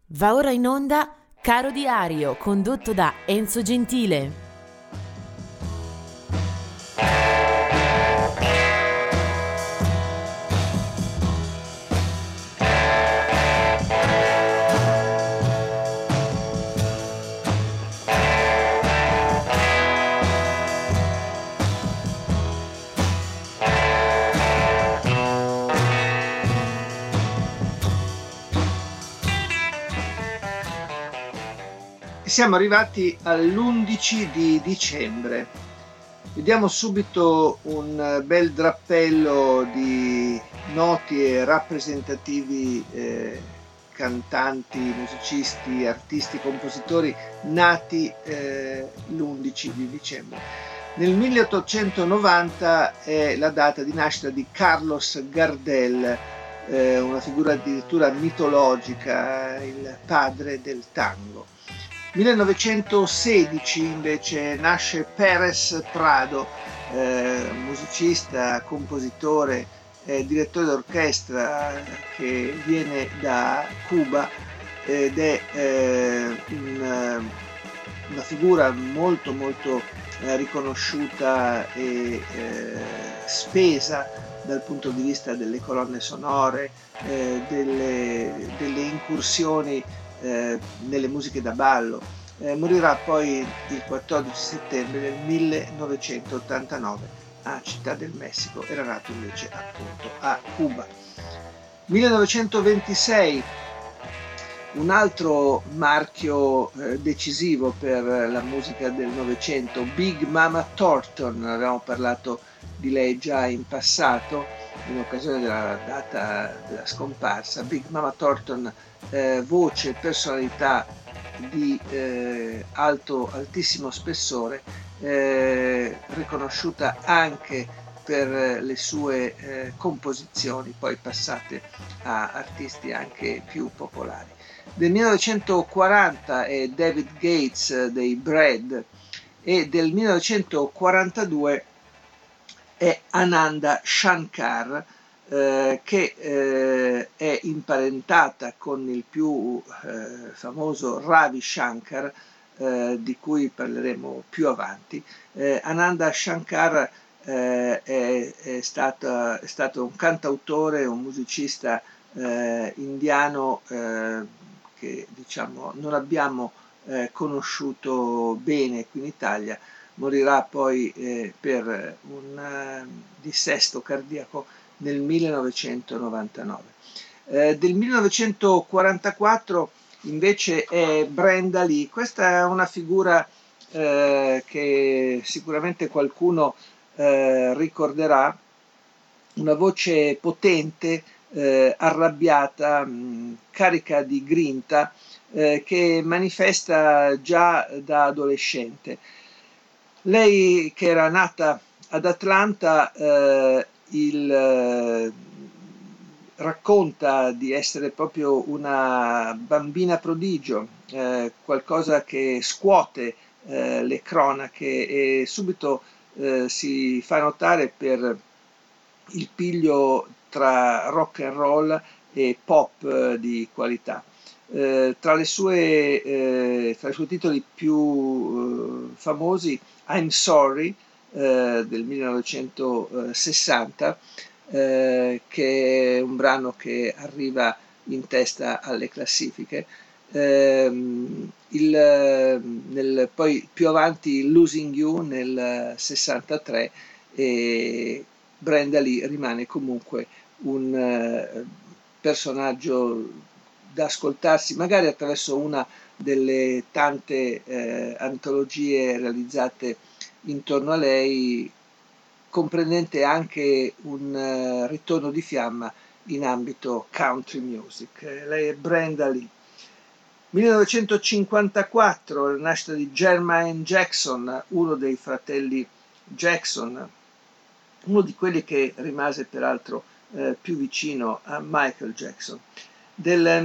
Va ora in onda Caro Diario, condotto da Enzo Gentile. Siamo arrivati all'11 di dicembre. Vediamo subito un bel drappello di noti e rappresentativi cantanti, musicisti, artisti, compositori nati l'11 di dicembre. Nel 1890 è la data di nascita di Carlos Gardel, una figura addirittura mitologica, il padre del tango. 1916 invece nasce Pérez Prado, musicista, compositore, direttore d'orchestra che viene da Cuba ed è una figura molto riconosciuta e spesa dal punto di vista delle colonne sonore, delle incursioni nelle musiche da ballo. Morirà poi il 14 settembre del 1989 a Città del Messico, era nato invece appunto a Cuba. 1926, un altro marchio decisivo per la musica del Novecento, Big Mama Thornton, avevamo parlato di lei già in passato in occasione della data della scomparsa. Big Mama Thornton, voce, personalità di altissimo spessore, riconosciuta anche per le sue composizioni poi passate a artisti anche più popolari. Del 1940 è David Gates dei Bread e del 1942 è Ananda Shankar, che è imparentata con il più famoso Ravi Shankar, di cui parleremo più avanti. Ananda Shankar è stato un cantautore, un musicista indiano che diciamo non abbiamo conosciuto bene qui in Italia. Morirà poi per un dissesto cardiaco nel 1999. Del 1944 invece è Brenda Lee. Questa è una figura che sicuramente qualcuno ricorderà, una voce potente, arrabbiata, carica di grinta, che manifesta già da adolescente. Lei, che era nata ad Atlanta, racconta di essere proprio una bambina prodigio, qualcosa che scuote le cronache e subito si fa notare per il piglio tra rock and roll e pop di qualità. Tra i suoi titoli più famosi, I'm Sorry del 1960, che è un brano che arriva in testa alle classifiche. Poi più avanti Losing You nel 63, e Brenda Lee rimane comunque un personaggio da ascoltarsi magari attraverso una delle tante antologie realizzate intorno a lei, comprendente anche un ritorno di fiamma in ambito country music. Lei è Brenda Lee. 1954, la nascita di Jermaine Jackson, uno dei fratelli Jackson, uno di quelli che rimase peraltro più vicino a Michael Jackson. Del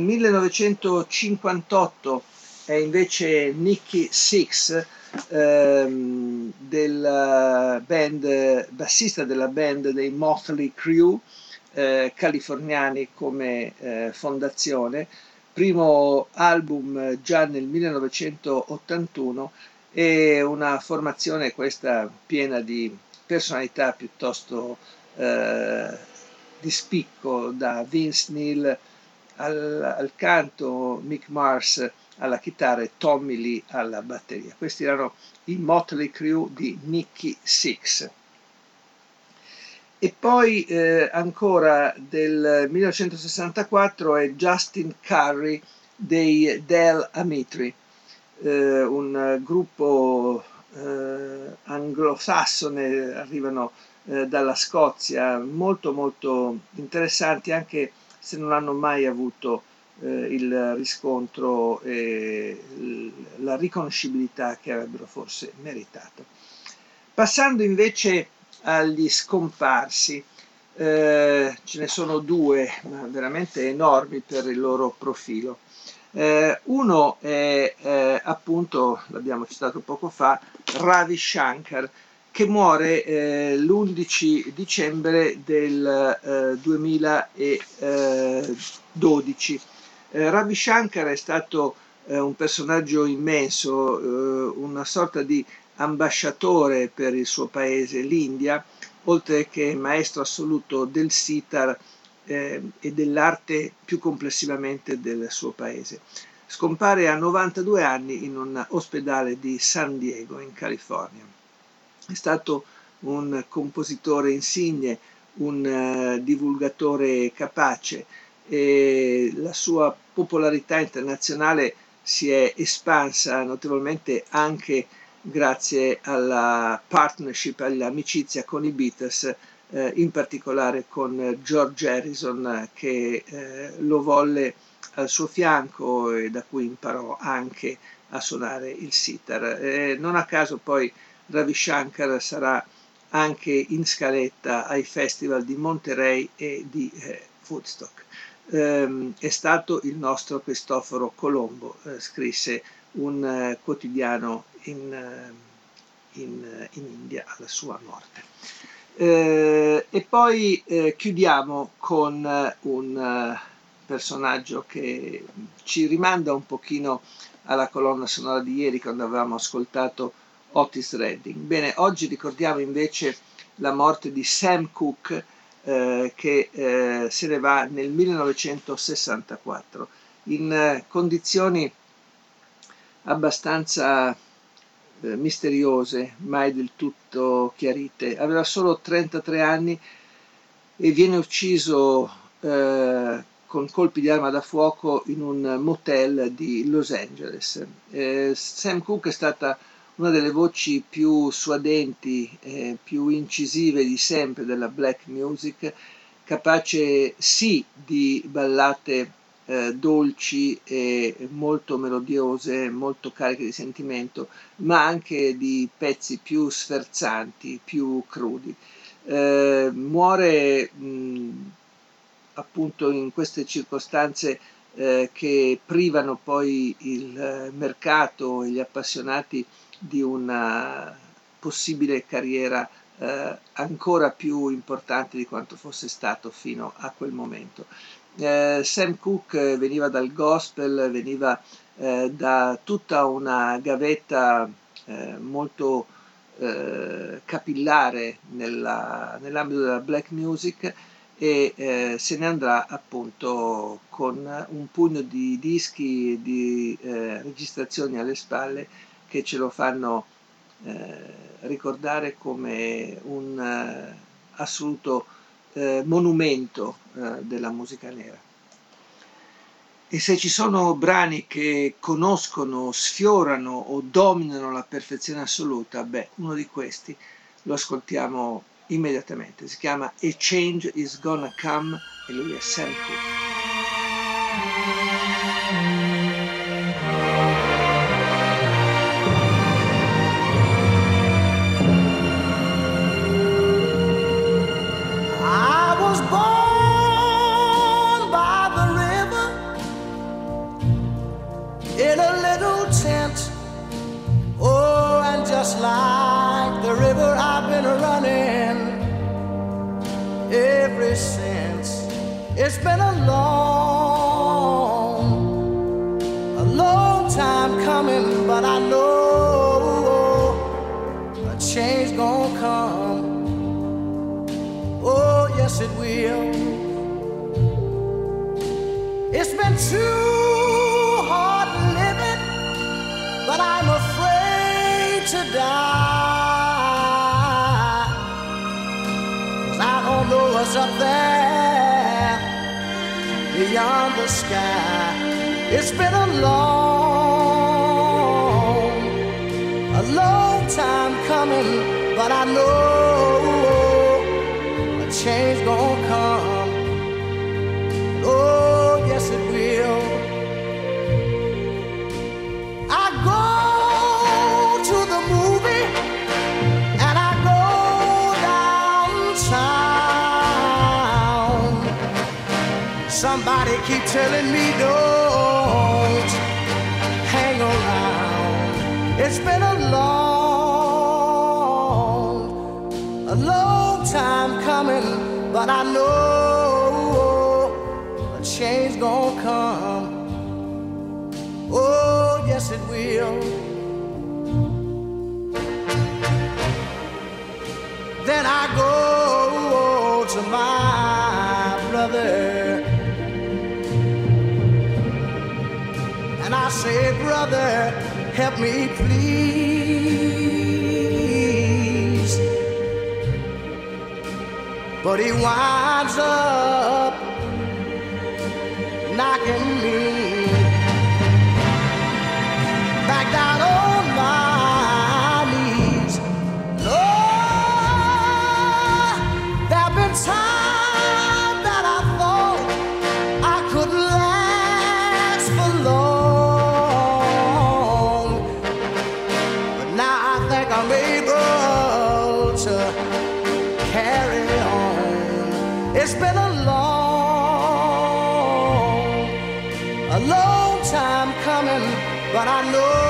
1958 è invece Nikki Sixx, bassista della band dei Motley Crue, californiani come fondazione, primo album già nel 1981 e una formazione questa piena di personalità piuttosto di spicco, da Vince Neil al canto, Mick Mars alla chitarra e Tommy Lee alla batteria. Questi erano i Motley Crue di Nikki Sixx. E poi ancora del 1964 è Justin Curry dei Del Amitri, un gruppo anglosassone, arrivano dalla Scozia, molto molto interessanti, anche se non hanno mai avuto il riscontro e la riconoscibilità che avrebbero forse meritato. Passando invece agli scomparsi, ce ne sono due, ma veramente enormi per il loro profilo. Uno è appunto, l'abbiamo citato poco fa, Ravi Shankar, che muore l'11 dicembre del 2012. Ravi Shankar è stato un personaggio immenso, una sorta di ambasciatore per il suo paese, l'India, oltre che maestro assoluto del sitar e dell'arte più complessivamente del suo paese. Scompare a 92 anni in un ospedale di San Diego, in California. È stato un compositore insigne, un divulgatore capace, e la sua popolarità internazionale si è espansa notevolmente anche grazie alla partnership, all'amicizia con i Beatles, in particolare con George Harrison, che lo volle al suo fianco e da cui imparò anche a suonare il sitar. Non a caso poi Ravi Shankar sarà anche in scaletta ai festival di Monterey e di Woodstock. È stato il nostro Cristoforo Colombo, scrisse un quotidiano in India alla sua morte. E poi chiudiamo con un personaggio che ci rimanda un pochino alla colonna sonora di ieri, quando avevamo ascoltato Otis Redding. Bene, oggi ricordiamo invece la morte di Sam Cooke, che se ne va nel 1964 in condizioni abbastanza misteriose, mai del tutto chiarite. Aveva solo 33 anni e viene ucciso con colpi di arma da fuoco in un motel di Los Angeles. Sam Cooke è stata una delle voci più suadenti e più incisive di sempre della black music, capace sì di ballate dolci e molto melodiose, molto cariche di sentimento, ma anche di pezzi più sferzanti, più crudi. Muore appunto in queste circostanze che privano poi il mercato e gli appassionati di una possibile carriera ancora più importante di quanto fosse stato fino a quel momento. Sam Cooke veniva dal gospel, veniva da tutta una gavetta molto capillare nell'ambito della black music, e se ne andrà appunto con un pugno di dischi e di registrazioni alle spalle che ce lo fanno ricordare come un assoluto monumento della musica nera. E se ci sono brani che conoscono, sfiorano o dominano la perfezione assoluta, beh, uno di questi lo ascoltiamo immediatamente. Si chiama A Change Is Gonna Come e lui è Sam Cooke. Just like the river, I've been running ever since. It's been a long time coming, but I know a change gonna come. Oh, yes it will. It's been too hard living, but I'm afraid to die. 'Cause I don't know what's up there beyond the sky. It's been a long time coming, but I know a change gonna come. Oh, yes it will. I go to the movie and I go downtown. Somebody keep telling me don't hang around. It's been a long time coming, but I know a change gonna come. Oh, yes it will. Then I go to my brother and I say, brother, help me please. But he winds up knocking me back down on my knees. Lord, there've been times that I thought I couldn't last for long, but now I think I'm able to carry on. It's been a long time coming, but I know